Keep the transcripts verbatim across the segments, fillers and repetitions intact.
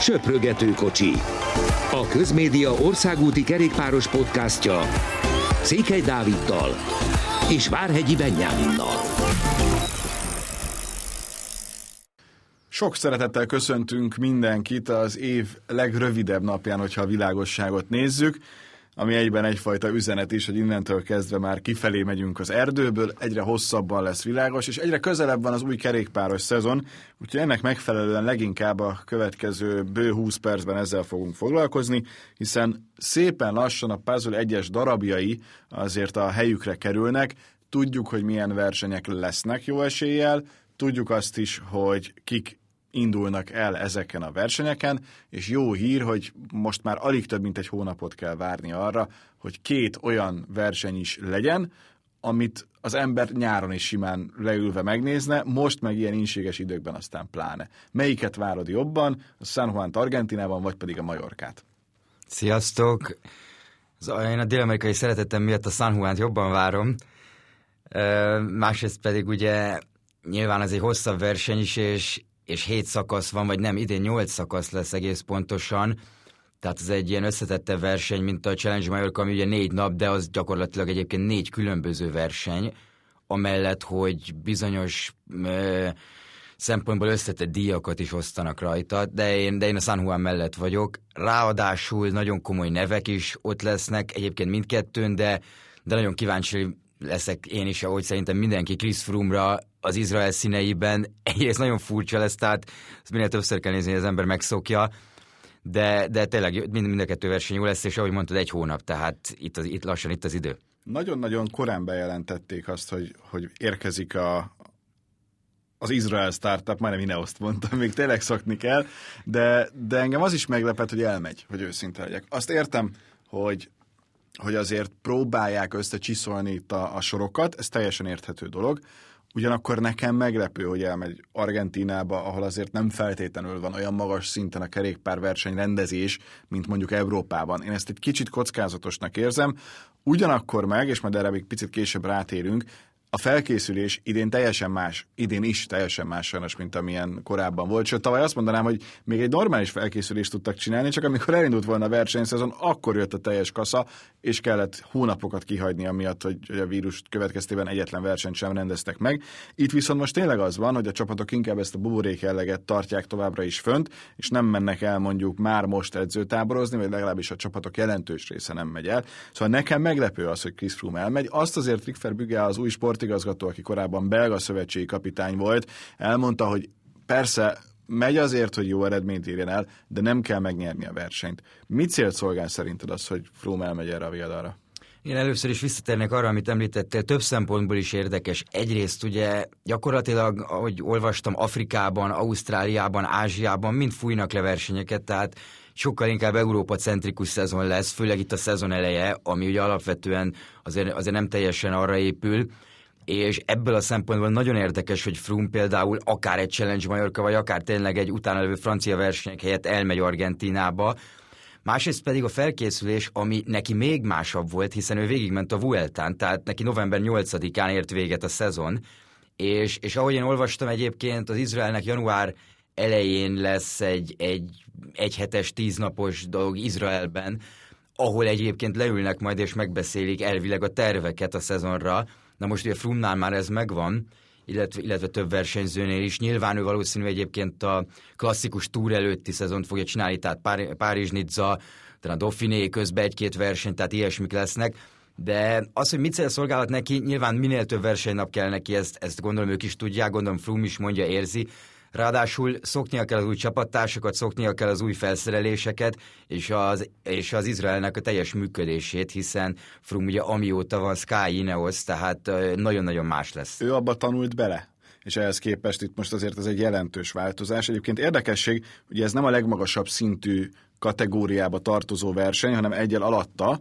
Söprögetőkocsi. A Közmédia országúti kerékpáros podcastja Székely Dáviddal és Várhegyi Benyáminnal. Sok szeretettel köszöntünk mindenkit az év legrövidebb napján, hogyha a világosságot nézzük, ami egyben egyfajta üzenet is, hogy innentől kezdve már kifelé megyünk az erdőből, egyre hosszabban lesz világos, és egyre közelebb van az új kerékpáros szezon, úgyhogy ennek megfelelően leginkább a következő bő húsz percben ezzel fogunk foglalkozni, hiszen szépen lassan a puzzle egyes darabjai azért a helyükre kerülnek, tudjuk, hogy milyen versenyek lesznek jó eséllyel, tudjuk azt is, hogy kik indulnak el ezeken a versenyeken, és jó hír, hogy most már alig több mint egy hónapot kell várni arra, hogy két olyan verseny is legyen, amit az ember nyáron is simán leülve megnézne, most meg ilyen ínséges időkben aztán pláne. Melyiket várod jobban, a San Juant Argentinában, vagy pedig a Majorkát? Sziasztok! Én a dél-amerikai szeretetem miatt a San Juant jobban várom, másrészt pedig ugye nyilván ez egy hosszabb verseny is, és és hét szakasz van, vagy nem, idén nyolc szakasz lesz egész pontosan, tehát ez egy ilyen összetettebb verseny, mint a Challenge Mallorca, ami ugye négy nap, de az gyakorlatilag egyébként négy különböző verseny, amellett, hogy bizonyos ö, szempontból összetett díjakat is osztanak rajta, de én, de én a San Juan mellett vagyok, ráadásul nagyon komoly nevek is ott lesznek, egyébként mindkettőn, de, de nagyon kíváncsi leszek én is, ahogy szerintem mindenki Chris Froome-ra az Izrael színeiben. Egyrészt nagyon furcsa lesz, tehát ezt minél többször kell nézni, hogy az ember megszokja, de, de tényleg mind, mind a kettő verseny jó lesz, és ahogy mondtad, egy hónap, tehát itt, az, itt lassan itt az idő. Nagyon-nagyon korán bejelentették azt, hogy, hogy érkezik a, az Izrael startup, majdnem Ineoszt mondtam, még tényleg szokni kell, de, de engem az is meglepett, hogy elmegy, hogy őszinte legyek. Azt értem, hogy hogy azért próbálják összecsiszolni itt a, a sorokat, ez teljesen érthető dolog. Ugyanakkor nekem meglepő, hogy elmegy Argentínába, ahol azért nem feltétlenül van olyan magas szinten a kerékpárverseny rendezés, mint mondjuk Európában. Én ezt egy kicsit kockázatosnak érzem, ugyanakkor meg, és majd erre még picit később rátérünk, a felkészülés idén teljesen más, idén is teljesen más sajnos, mint amilyen korábban volt. Sőt, tavaly azt mondanám, hogy még egy normális felkészülést tudtak csinálni, csak amikor elindult volna a versenyszezon, akkor jött a teljes kasza, és kellett hónapokat kihagyni amiatt, hogy, hogy a vírus következtében egyetlen versenyt sem rendeztek meg. Itt viszont most tényleg az van, hogy a csapatok inkább ezt a buborék jelleget tartják továbbra is fönt, és nem mennek el mondjuk már most edzőtáborozni, vagy legalábbis a csapatok jelentős része nem megy el. Szóval nekem meglepő az, hogy Chris Froome elmegy. Azt azért Rick Verbrugge, az új sportigazgató, aki korábban belga szövetségi kapitány volt, elmondta, hogy persze megy azért, hogy jó eredményt érjen el, de nem kell megnyerni a versenyt. Mit célt szolgál szerinted az, hogy Froome elmegy erre a viadalra? Én először is visszatérnék arra, amit említettél, több szempontból is érdekes. Egyrészt ugye gyakorlatilag, ahogy olvastam, Afrikában, Ausztráliában, Ázsiában mind fújnak le versenyeket, tehát sokkal inkább Európa-centrikus szezon lesz, főleg itt a szezon eleje, ami ugye alapvetően azért, azért nem teljesen arra épül, és ebből a szempontból nagyon érdekes, hogy Froome például akár egy Challenge Mallorca, vagy akár tényleg egy utána levő francia versenyek helyett elmegy Argentínába. Másrészt pedig a felkészülés, ami neki még másabb volt, hiszen ő végigment a Vueltán, tehát neki november nyolcadikán ért véget a szezon, és, és ahogy én olvastam egyébként, az Izraelnek január elején lesz egy, egy egyhetes, tíznapos dolog Izraelben, ahol egyébként leülnek majd és megbeszélik elvileg a terveket a szezonra. Na most ugye Froome-nál már ez megvan, illetve, illetve több versenyzőnél is. Nyilván ő valószínű egyébként a klasszikus túr előtti szezont fogja csinálni, tehát Pár- Párizs-Nizza, talán Dauphiné közben egy-két verseny, tehát ilyesmik lesznek. De az, hogy mit cél szolgálhat neki, nyilván minél több versenynap kell neki, ezt, ezt gondolom ők is tudják, gondolom Froome is mondja, érzi. Ráadásul szoknia kell az új csapattársakat, szoknia kell az új felszereléseket, és az, és az Izraelnek a teljes működését, hiszen Froome ugye amióta van Sky Ineos, tehát nagyon-nagyon más lesz. Ő abba tanult bele, és ehhez képest itt most azért ez egy jelentős változás. Egyébként érdekesség, ugye ez nem a legmagasabb szintű kategóriába tartozó verseny, hanem egyel alatta,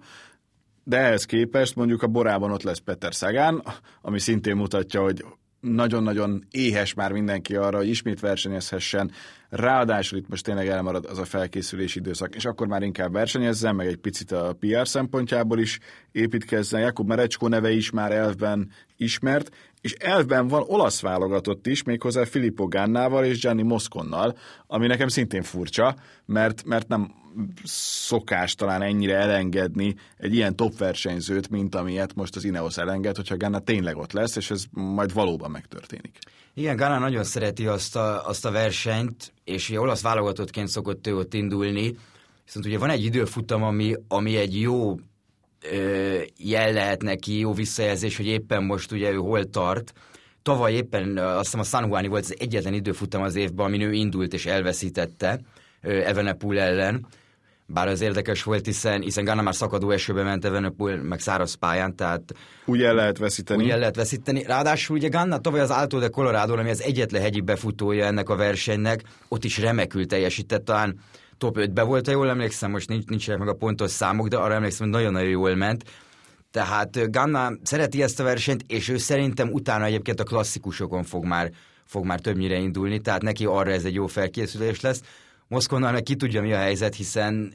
de ehhez képest mondjuk a Borában ott lesz Peter Sagan, ami szintén mutatja, hogy nagyon-nagyon éhes már mindenki arra, hogy ismét versenyezhessen, ráadásul itt most tényleg elmarad az a felkészülési időszak, és akkor már inkább versenyezzen, meg egy picit a pé er szempontjából is építkezzen. Jakub Merecskó neve is már elvben ismert, és elvben van olasz válogatott is, méghozzá Filippo Gannával és Gianni Mosconnal, ami nekem szintén furcsa, mert, mert nem szokás talán ennyire elengedni egy ilyen top versenyzőt, mint amilyet most az Ineos elenged, hogyha Ganna tényleg ott lesz, és ez majd valóban megtörténik. Igen, Ganna nagyon szereti azt a, azt a versenyt, és ugye olasz válogatottként szokott ő ott indulni, viszont ugye van egy időfutam, ami, ami egy jó ö, jel lehet neki, jó visszajelzés, hogy éppen most ugye ő hol tart. Tavaly éppen azt hiszem a San Juani volt az egyetlen időfutam az évben, amin ő indult és elveszítette Evenepoel ellen. Bár az érdekes volt, hiszen, hiszen Ganna már szakadó esőbe ment, Evenepoel meg száraz pályán, tehát... Úgy el lehet veszíteni. Úgy el lehet veszíteni. Ráadásul ugye Ganna tavaly az Alto de Colorado, ami az egyetlen hegyi befutója ennek a versenynek, ott is remekül teljesített, talán top ötbe volt, ha jól emlékszem, most nincs, nincsenek meg a pontos számok, de arra emlékszem, hogy nagyon-nagyon jól ment. Tehát Ganna szereti ezt a versenyt, és ő szerintem utána egyébként a klasszikusokon fog már, fog már többnyire indulni, tehát neki arra ez egy jó felkészülés lesz. Mosconnal meg ki tudja, mi a helyzet, hiszen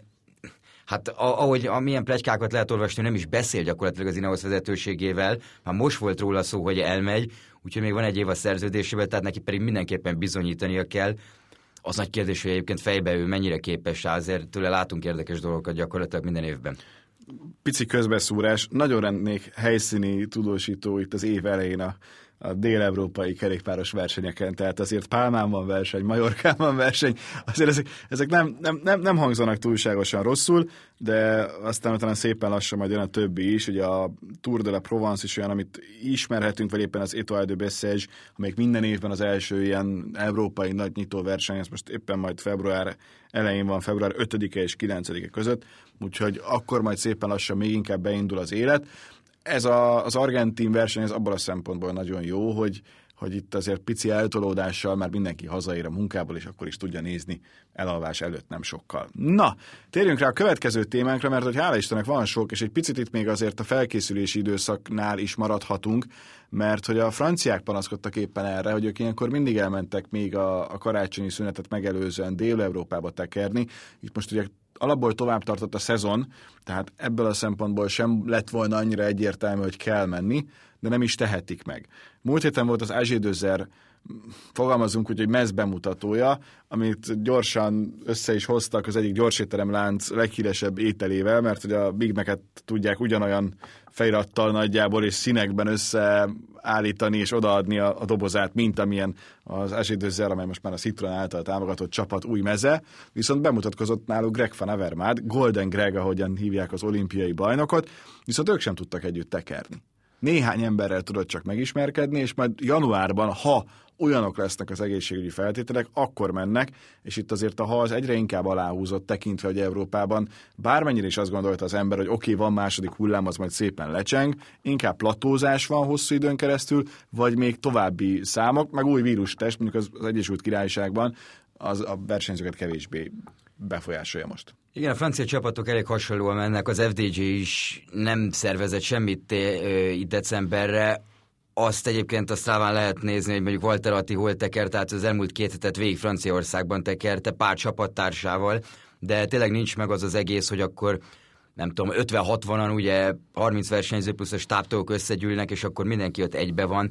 hát ahogy amilyen pletykákat lehet olvasni, nem is beszél gyakorlatilag az Ineos vezetőségével, már most volt róla szó, hogy elmegy, úgyhogy még van egy év a szerződésében, tehát neki pedig mindenképpen bizonyítania kell. Az nagy kérdés, hogy egyébként fejbe ő mennyire képes rá, azért tőle látunk érdekes dolgokat gyakorlatilag minden évben. Pici közbeszúrás, nagyon rennék helyszíni tudósító itt az év elején a a dél-európai kerékpáros versenyeken, tehát azért Pálmán van verseny, Majorkán van verseny, azért ezek, ezek nem, nem, nem, nem hangzanak túlságosan rosszul, de aztán talán szépen lassan majd jön a többi is, ugye a Tour de la Provence is olyan, amit ismerhetünk, vagy éppen az Étoile de Bessèges, amelyik minden évben az első ilyen európai nagy nyitó verseny, ez most éppen majd február elején van, február ötödike és kilencedike között, úgyhogy akkor majd szépen lassan még inkább beindul az élet. Ez a, az argentin verseny ez abban a szempontból nagyon jó, hogy, hogy itt azért pici eltolódással már mindenki hazaér a munkából, és akkor is tudja nézni elalvás előtt nem sokkal. Na, térjünk rá a következő témánkra, mert hogy hála Istennek van sok, és egy picit itt még azért a felkészülési időszaknál is maradhatunk, mert hogy a franciák panaszkodtak éppen erre, hogy ők ilyenkor mindig elmentek még a, a karácsonyi szünetet megelőzően Dél-Európába tekerni. Itt most ugye alapból tovább tartott a szezon, tehát ebből a szempontból sem lett volna annyira egyértelmű, hogy kell menni, de nem is tehetik meg. Múlt héten volt az á gé deux, fogalmazunk úgy, hogy mez bemutatója, amit gyorsan össze is hoztak az egyik gyorsétteremlánc leghíresebb ételével, mert ugye a Big Mac-et tudják ugyanolyan felirattal nagyjából és színekben összeállítani és odaadni a, a dobozát, mint amilyen az á gé deux, amely most már a Citroen által támogatott csapat új meze, viszont bemutatkozott náluk Greg van Avermaet, Golden Greg, ahogyan hívják az olimpiai bajnokot, viszont ők sem tudtak együtt tekerni. Néhány emberrel tudott csak megismerkedni, és majd januárban, ha olyanok lesznek az egészségügyi feltételek, akkor mennek, és itt azért a haz egyre inkább aláhúzott, tekintve, hogy Európában bármennyire is azt gondolta az ember, hogy oké, okay, van második hullám, az majd szépen lecseng, inkább platózás van hosszú időn keresztül, vagy még további számok, meg új vírustest, mondjuk az, az Egyesült Királyságban, az a versenyzőket kevésbé befolyásolja most. Igen, a francia csapatok elég hasonlóan mennek, az ef dé gé is nem szervezett semmit itt decemberre. Azt egyébként a Stráván lehet nézni, hogy mondjuk Walter Atti hol tekert, tehát az elmúlt két hetet végig Franciaországban tekerte pár csapattársával, de tényleg nincs meg az az egész, hogy akkor nem tudom, ötven-hatvanan ugye harminc versenyző plusz a stábtagok összegyűlnek, és akkor mindenki ott egybe van.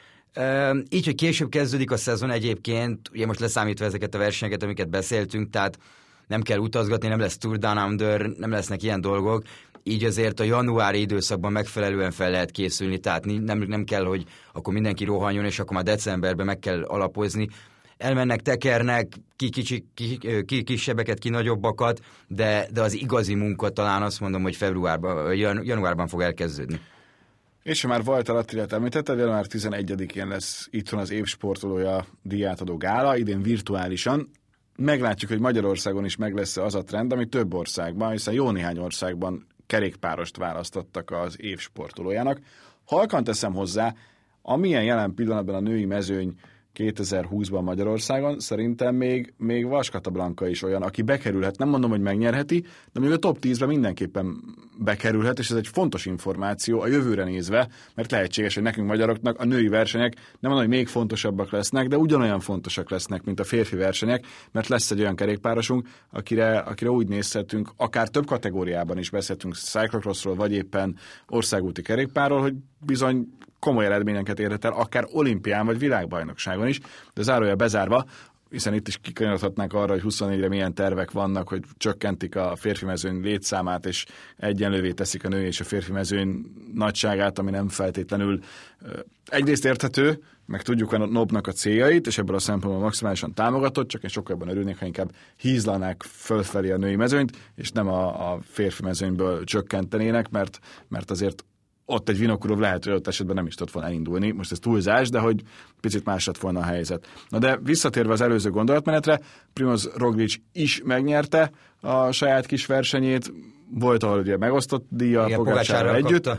Így, hogy később kezdődik a szezon egyébként, ugye most leszámítva ezeket a versenyeket, amiket beszéltünk, tehát nem kell utazgatni, nem lesz Tour Down Under, nem lesznek ilyen dolgok, így azért a januári időszakban megfelelően fel lehet készülni, tehát nem, nem kell, hogy akkor mindenki rohanjon, és akkor már decemberben meg kell alapozni. Elmennek, tekernek, ki, kicsi, ki, ki kisebbeket, ki nagyobbakat, de, de az igazi munka talán azt mondom, hogy februárban, januárban fog elkezdődni. És ha már Walter Attilát említetted, január tizenegyedikén lesz itthon az évsportolója díjátadó gála, idén virtuálisan. Meglátjuk, hogy Magyarországon is meg lesz az a trend, ami több országban, hiszen jó néhány országban kerékpárost választottak az év sportolójának. Halkan teszem hozzá, amilyen jelen pillanatban a női mezőny kétezer-húszban Magyarországon, szerintem még, még Vaskata Blanka is olyan, aki bekerülhet, nem mondom, hogy megnyerheti, de még a top tízben mindenképpen bekerülhet, és ez egy fontos információ a jövőre nézve, mert lehetséges, hogy nekünk magyaroknak a női versenyek nem mondom, hogy még fontosabbak lesznek, de ugyanolyan fontosak lesznek, mint a férfi versenyek, mert lesz egy olyan kerékpárosunk, akire, akire úgy nézhetünk, akár több kategóriában is beszéltünk cyclocrossról, vagy éppen országúti kerékpárról, hogy bizony komoly eredményeket érhet el, akár olimpián vagy világbajnokságon is, de zárójel bezárva, hiszen itt is kikanyarodhatnánk arra, hogy huszonnégyre milyen tervek vannak, hogy csökkentik a férfi mezőny létszámát, és egyenlővé teszik a női és a férfi mezőny nagyságát, ami nem feltétlenül egyrészt érthető, meg tudjuk a nobnak a céljait, és ebből a szempontból maximálisan támogatott, csak én sokkal jobban örülnék, ha inkább hízlanák fölfelé a női mezőnyt, és nem a, a férfi mezőnyből csökkentenének, mert, mert azért ott egy Vinokurov lehet, hogy ott esetben nem is tudott volna elindulni. Most ez túlzás, de hogy picit más lett volna a helyzet. Na de visszatérve az előző gondolatmenetre, Primoz Roglic is megnyerte a saját kis versenyét, volt, ahol ugye megosztott díja Pogačarral együtt, kapta.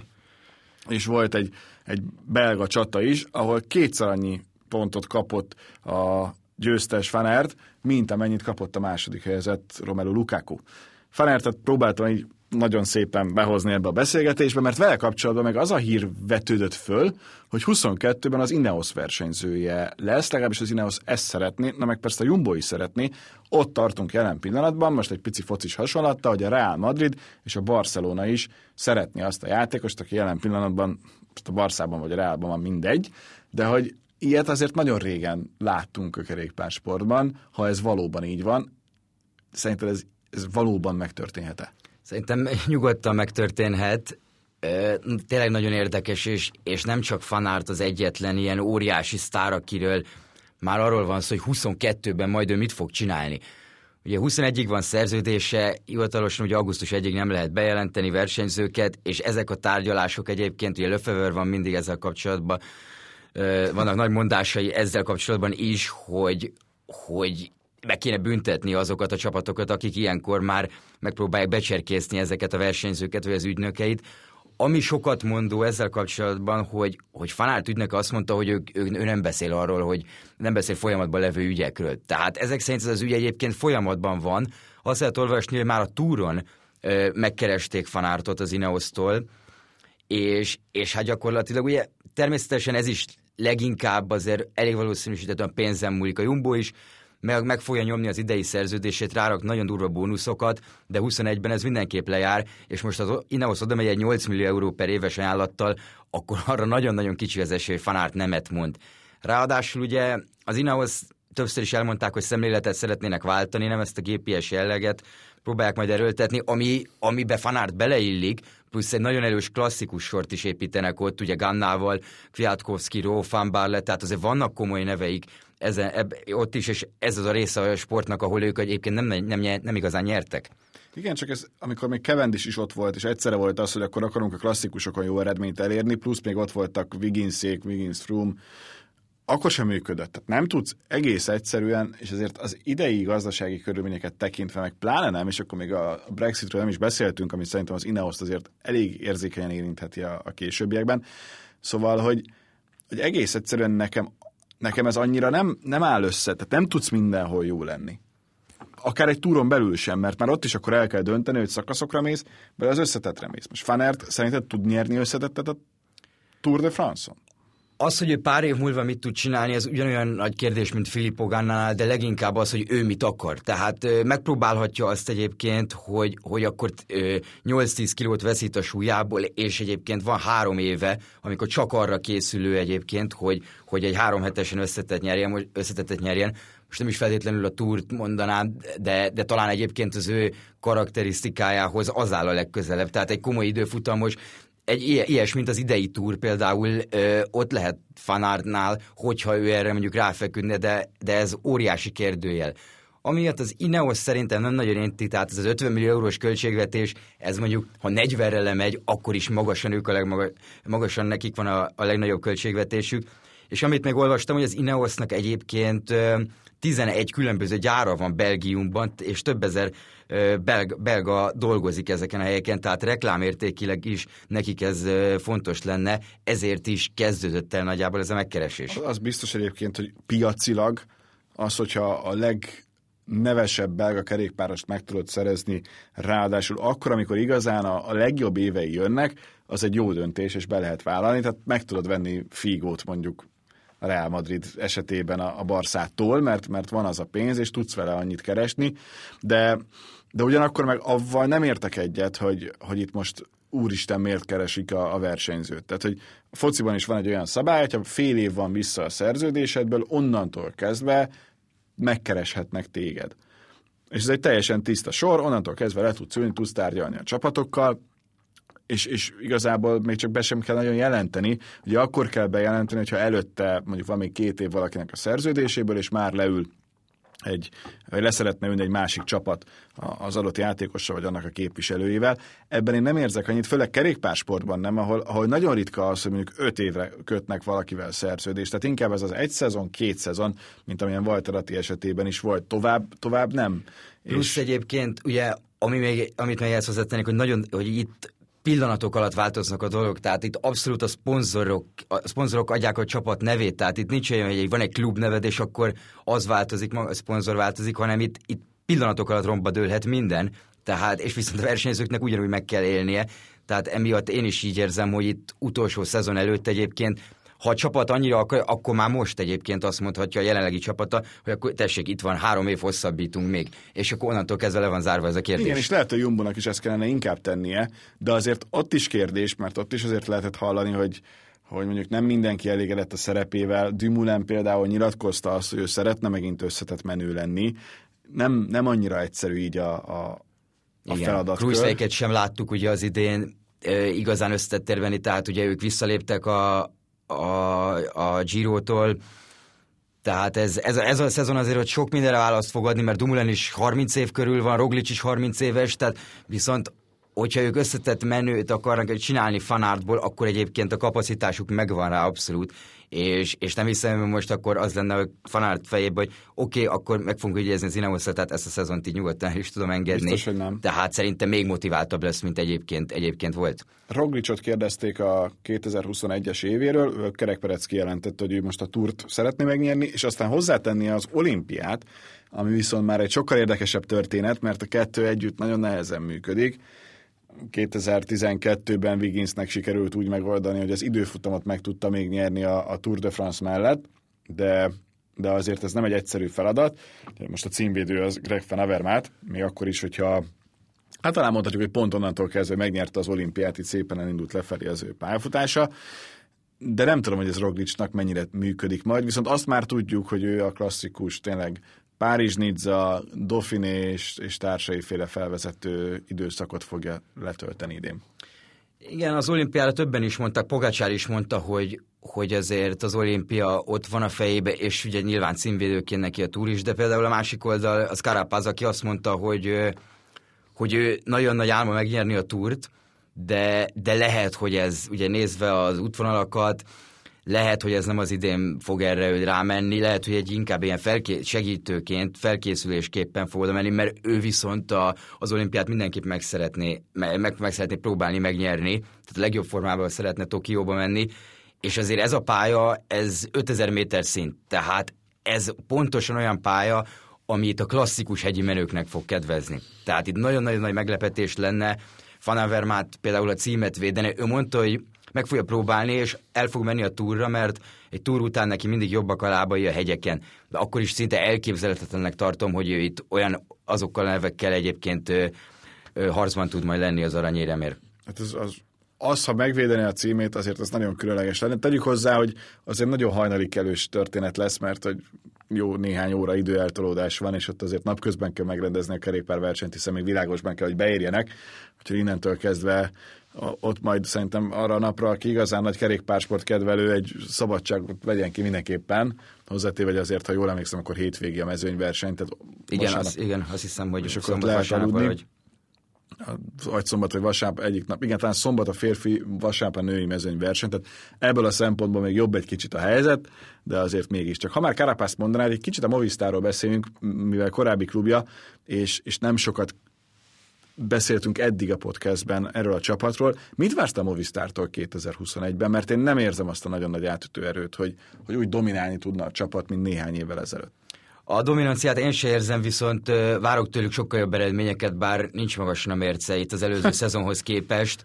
És volt egy, egy belga csata is, ahol kétszer annyi pontot kapott a győztes Van Aert, mint amennyit kapott a második helyezett Romelu Lukaku. Van Aertet próbáltam így nagyon szépen behozni ebbe a beszélgetésbe, mert vele kapcsolatban meg az a hír vetődött föl, hogy huszonkettőben az Ineos versenyzője lesz, legalábbis az Ineos ezt szeretné, na meg persze a Jumbo is szeretné. Ott tartunk jelen pillanatban, most egy pici focis hasonlatta, hogy a Real Madrid és a Barcelona is szeretné azt a játékost, aki jelen pillanatban a Barszában vagy a Realban van, mindegy, de hogy ilyet azért nagyon régen láttunk a kerékpársportban, ha ez valóban így van, szerinted ez, ez valóban megtörténhet-e? Szerintem nyugodtan megtörténhet. Tényleg nagyon érdekes, és, és nem csak Van Aert az egyetlen ilyen óriási sztár, akiről már arról van szó, hogy huszonkettőben majd ő mit fog csinálni. Ugye huszonegyig van szerződése, hivatalosan ugye augusztus egyig nem lehet bejelenteni versenyzőket, és ezek a tárgyalások egyébként, ugye Lefevre van mindig ezzel kapcsolatban, vannak nagy mondásai ezzel kapcsolatban is, hogy, hogy meg kéne büntetni azokat a csapatokat, akik ilyenkor már megpróbálják becserkészni ezeket a versenyzőket, vagy az ügynökeit. Ami sokat mondó ezzel kapcsolatban, hogy, hogy Van Aert ügynök azt mondta, hogy ő, ő, ő nem beszél arról, hogy nem beszél folyamatban levő ügyekről. Tehát ezek szerint ez az ügy egyébként folyamatban van. Azt lehet olvasni, hogy már a túron ö, megkeresték Van Aertot az Ineostól, és, és hát gyakorlatilag ugye természetesen ez is leginkább azért elég valószínűsítetően pénzen múlik. A Jumbo is meg, meg fogja nyomni az idei szerződését, rárak nagyon durva bónuszokat, de huszonegyben ez mindenképp lejár, és most az Ineos oda megy egy nyolc millió euró per éves ajánlattal, akkor arra nagyon-nagyon kicsi az esély, hogy Van Aert nemet mond. Ráadásul ugye az Ineos többször is elmondták, hogy szemléletet szeretnének váltani, nem ezt a gé pé es jelleget próbálják majd erőltetni, ami, amibe Van Aert beleillik, plusz egy nagyon erős klasszikus sort is építenek ott, ugye Gannával, Kwiatkowski, Rowe, Van Barle, tehát azért vannak komoly neveik ezen, eb, ott is, és ez az a része a sportnak, ahol ők egyébként nem, nem, nem, nem igazán nyertek. Igen, csak ez, amikor még Cavendish is ott volt, és egyszerre volt az, hogy akkor akarunk a klasszikusokon jó eredményt elérni, plusz még ott voltak Wigginsék, Wiggins, Froome, akkor sem működött. Tehát nem tudsz egész egyszerűen, és azért az idei gazdasági körülményeket tekintve, meg pláne nem, és akkor még a Brexitről nem is beszéltünk, amit szerintem az Ineoszt azért elég érzékenyen érintheti a, a későbbiekben. Szóval, hogy, hogy egész egyszerűen nekem, nekem ez annyira nem, nem áll össze, tehát nem tudsz mindenhol jó lenni. Akár egy túron belül sem, mert már ott is akkor el kell dönteni, hogy szakaszokra mész, vagy az összetetre mész. Most Van Aert szerinted tud nyerni összetettet a Tour de France-on? Az, hogy ő pár év múlva mit tud csinálni, ez ugyanolyan nagy kérdés, mint Filippo Gannánál, de leginkább az, hogy ő mit akar. Tehát ö, megpróbálhatja azt egyébként, hogy, hogy akkor nyolc-tíz kilót veszít a súlyából, és egyébként van három éve, amikor csak arra készülő egyébként, hogy, hogy egy három hetesen összetett nyerjen, összetettet nyerjen. Most nem is feltétlenül a túrt mondanám, de, de talán egyébként az ő karakterisztikájához az áll a legközelebb. Tehát egy komoly időfutamos, egy ilyes, mint az idei túr például, ö, ott lehet Van Aertnál, hogyha ő erre mondjuk ráfeküdne, de, de ez óriási kérdőjel. Amiatt az Ineos szerintem nem nagyon érinti, tehát ez az ötven millió eurós költségvetés, ez mondjuk, ha negyvenre lemegy, akkor is magasan ők a legmagas, magasan nekik van a, a legnagyobb költségvetésük. És amit még olvastam, hogy az Ineosnak egyébként ö, tizenegy különböző gyára van Belgiumban, és több ezer belga, belga dolgozik ezeken a helyeken, tehát reklámértékileg is nekik ez fontos lenne, ezért is kezdődött el nagyjából ez a megkeresés. Az biztos egyébként, hogy piacilag az, hogyha a legnevesebb belga kerékpárost meg tudod szerezni, ráadásul akkor, amikor igazán a, a legjobb évei jönnek, az egy jó döntés, és be lehet vállalni, tehát meg tudod venni Figót mondjuk a Real Madrid esetében a, a Barszától, mert, mert van az a pénz, és tudsz vele annyit keresni, de, de ugyanakkor meg avval nem értek egyet, hogy, hogy itt most úristen miért keresik a, a versenyzőt. Tehát, hogy a fociban is van egy olyan szabály, hogyha fél év van vissza a szerződésedből, onnantól kezdve megkereshetnek téged. És ez egy teljesen tiszta sor, onnantól kezdve le tudsz ülni, tudsz tárgyalni a csapatokkal, és, és igazából még csak be sem kell nagyon jelenteni. Ugye akkor kell bejelenteni, hogyha előtte mondjuk van még két év valakinek a szerződéséből, és már leül egy, vagy leszeretne ülni egy másik csapat az adott játékossal, vagy annak a képviselőjével. Ebben én nem érzek annyit, főleg kerékpársportban nem, ahol, ahol nagyon ritka az, hogy mondjuk öt évre kötnek valakivel szerződést. Tehát inkább ez az egy szezon, két szezon, mint amilyen Walter Atti esetében is volt. Tovább, tovább nem. Plusz és... egyébként, ugye, ami még, amit még ezt hozzátennék, hogy nagyon, hogy itt pillanatok alatt változnak a dolgok, tehát itt abszolút a szponzorok, a szponzorok adják a csapat nevét, tehát itt nincs olyan, hogy van egy klub neved, és akkor az változik, a szponzor változik, hanem itt, itt pillanatok alatt romba dőlhet minden, tehát, és viszont a versenyzőknek ugyanúgy meg kell élnie, tehát emiatt én is így érzem, hogy itt utolsó szezon előtt egyébként, ha a csapat annyira akar, akkor már most egyébként azt mondhatja a jelenlegi csapata, hogy akkor tessék, itt van, három év hosszabbítunk még, és akkor onnantól kezdve le van zárva ez a kérdés. Igen, és lehet, hogy Jumbonak is ezt kellene inkább tennie, de azért ott is kérdés, mert ott is azért lehetett hallani, hogy, hogy mondjuk nem mindenki elégedett a szerepével. Dumoulin például nyilatkozta azt, hogy ő szeretne megint összetett menő lenni. Nem, nem annyira egyszerű így a, a, a feladatkör. Krujszvejket sem láttuk ugye az idén e, igazán összetett térben, tehát ugye ők visszaléptek a A, a Giro-tól, tehát ez, ez, ez a szezon azért, hogy sok mindenre választ fog adni, mert Dumoulin is harminc év körül van, Roglic is harminc éves, tehát viszont hogyha ők összetett menőt akarnak csinálni fanártból, akkor egyébként a kapacitásuk megvan rá abszolút, és, és nem hiszem, hogy most akkor az lenne a fanárt fejében, hogy oké, okay, akkor meg fogunk ügyezni az Ineoszra, tehát ezt a szezont így nyugodtan is tudom engedni. Biztos, hogy nem. Tehát szerintem még motiváltabb lesz, mint egyébként, egyébként volt. Roglicot kérdezték a kétezer-huszonegyes évéről, Kerek Perec kijelentette, hogy ő most a Tourt szeretné megnyerni, és aztán hozzátennie az olimpiát, ami viszont már egy sokkal érdekesebb történet, mert a kettő együtt nagyon nehezen működik. kétezer-tizenkettőben Wigginsnek sikerült úgy megoldani, hogy az időfutamot meg tudta még nyerni a, a Tour de France mellett, de, de azért ez nem egy egyszerű feladat. Most a címvédő az Greg van Avermaet, még akkor is, hogyha hát talán mondhatjuk, hogy pont onnantól kezdve megnyerte az olimpiát, itt szépen elindult lefelé az ő pályafutása, de nem tudom, hogy ez Roglicnak mennyire működik majd, viszont azt már tudjuk, hogy ő a klasszikus, tényleg Párizs-Nizza, Dauphiné és, és társaiféle felvezető időszakot fogja letölteni idén. Igen, az olimpiára többen is mondták, Pogačar is mondta, hogy, hogy azért az olimpia ott van a fejébe, és ugye nyilván címvédőként neki a Tour is, de például a másik oldal az Carapaz, aki azt mondta, hogy, hogy ő nagyon nagy álma megnyerni a Tourt, de, de lehet, hogy ez ugye nézve az útvonalakat, lehet, hogy ez nem az idén fog erre rámenni, lehet, hogy egy inkább ilyen felké- segítőként, felkészülésképpen fog oda menni, mert ő viszont a, az olimpiát mindenképp meg szeretné, meg, meg szeretné próbálni megnyerni, tehát a legjobb formában szeretne Tokióba menni, és azért ez a pálya, ez ötezer méter szint, tehát ez pontosan olyan pálya, ami itt a klasszikus hegyi menőknek fog kedvezni. Tehát itt nagyon-nagyon nagy meglepetés lenne, Van Avermaet például a címet védeni, ő mondta, hogy meg fogja próbálni, és el fog menni a túrra, mert egy túr után neki mindig jobbak a lábai a hegyeken. De akkor is szinte elképzelhetetlennek tartom, hogy ő itt olyan azokkal a nevekkel egyébként ö, ö, harcban tud majd lenni az aranyéremért. Hát az, az, az, ha megvédeni a címét, azért az nagyon különleges lenne. Tegyük hozzá, hogy azért nagyon hajnali kelős történet lesz, mert hogy jó néhány óra időeltolódás van, és ott azért napközben kell megrendezni a kerékpárversenyt, hiszen még világosban kell, hogy beérjenek. Úgyhogy innentől kezdve ott majd szerintem arra a napra, aki igazán nagy kerékpársport kedvelő, egy szabadságot vegyen ki mindenképpen. Hozzátéve, hogy azért, ha jól emlékszem, akkor hétvégi a mezőnyverseny. Tehát igen, az, igen, azt hiszem, hogy és akkor lehet aludni. Vagy... vagy szombat, vagy vasárnap egyik nap. Igen, talán szombat a férfi, vasárnap a női mezőnyverseny. Tehát ebből a szempontból még jobb egy kicsit a helyzet, de azért mégiscsak. Ha már Carapaz mondanád, egy kicsit a Movistarról beszélünk, mivel korábbi klubja, és, és nem sokat beszéltünk eddig a podcastben erről a csapatról. Mit vársz a Movistártól kétezer-huszonegyben? Mert én nem érzem azt a nagyon nagy átütő erőt, hogy, hogy úgy dominálni tudna a csapat, mint néhány évvel ezelőtt. A dominanciát én se érzem, viszont várok tőlük sokkal jobb eredményeket, bár nincs magasan a mérce itt az előző szezonhoz képest.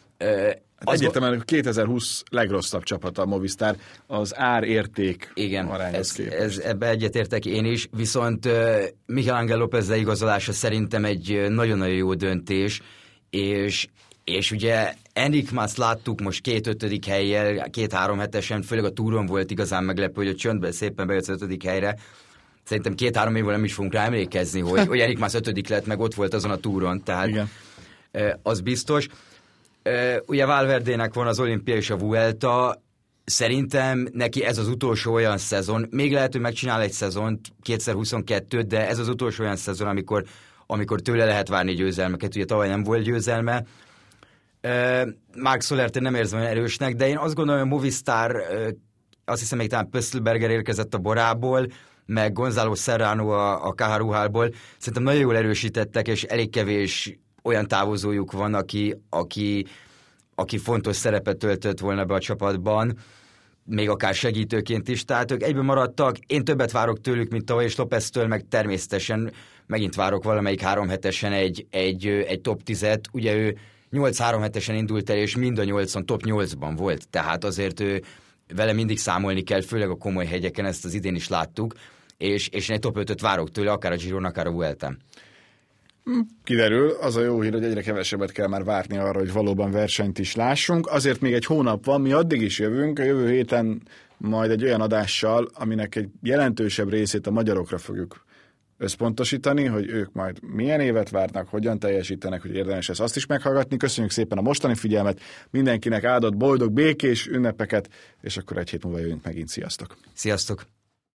Hát egyértelműen a kétezer-húsz legrosszabb csapat a Movistar, az ár-érték igen, arányhoz ez, képest. Ez, ebbe egyetértek én is, viszont uh, Miguel Ángel López leigazolása szerintem egy nagyon-nagyon jó döntés, és És ugye Enric Mas láttuk most két ötödik helyjel, két-három hetesen, főleg a túron volt igazán meglepő, hogy a csöndben szépen bejött az ötödik helyre. Szerintem két-három évvel nem is fogunk rá emlékezni, hogy, hogy Enric Mas ötödik lett, meg ott volt azon a túron, tehát igen. Az biztos. Ugye Valverdének van az olimpia és a Vuelta, szerintem neki ez az utolsó olyan szezon, még lehet, hogy megcsinál egy szezont, kétezer-huszonkettőt, de ez az utolsó olyan szezon, amikor, amikor tőle lehet várni győzelmeket, ugye tavaly nem volt győzelme. Marc Solert én nem érzem olyan erősnek, de én azt gondolom, hogy a Movistar, azt hiszem még talán Pöstlberger érkezett a Borából, meg Gonzalo Serrano a, a ká há ból, szerintem nagyon jól erősítettek, és elég kevés olyan távozójuk van, aki, aki, aki fontos szerepet töltött volna be a csapatban, még akár segítőként is, tehát ők egyben maradtak, én többet várok tőlük, mint tavaly, és Lopeztől meg természetesen megint várok valamelyik három hetesen egy, egy, egy top tízet, ugye ő nyolc három hetesen indult el, és mind a nyolcon top nyolcban volt, tehát azért ő vele mindig számolni kell, főleg a komoly hegyeken, ezt az idén is láttuk, és, és én egy top ötöt várok tőle, akár a Giron, akár a Vueltán. Kiderül, az a jó hír, hogy egyre kevesebbet kell már várni arra, hogy valóban versenyt is lássunk. Azért még egy hónap van, mi addig is jövünk, a jövő héten majd egy olyan adással, aminek egy jelentősebb részét a magyarokra fogjuk összpontosítani, hogy ők majd milyen évet várnak, hogyan teljesítenek, hogy érdemes ezt azt is meghallgatni. Köszönjük szépen a mostani figyelmet, mindenkinek áldott boldog, békés ünnepeket, és akkor egy hét múlva jövünk megint. Sziasztok! Sziasztok!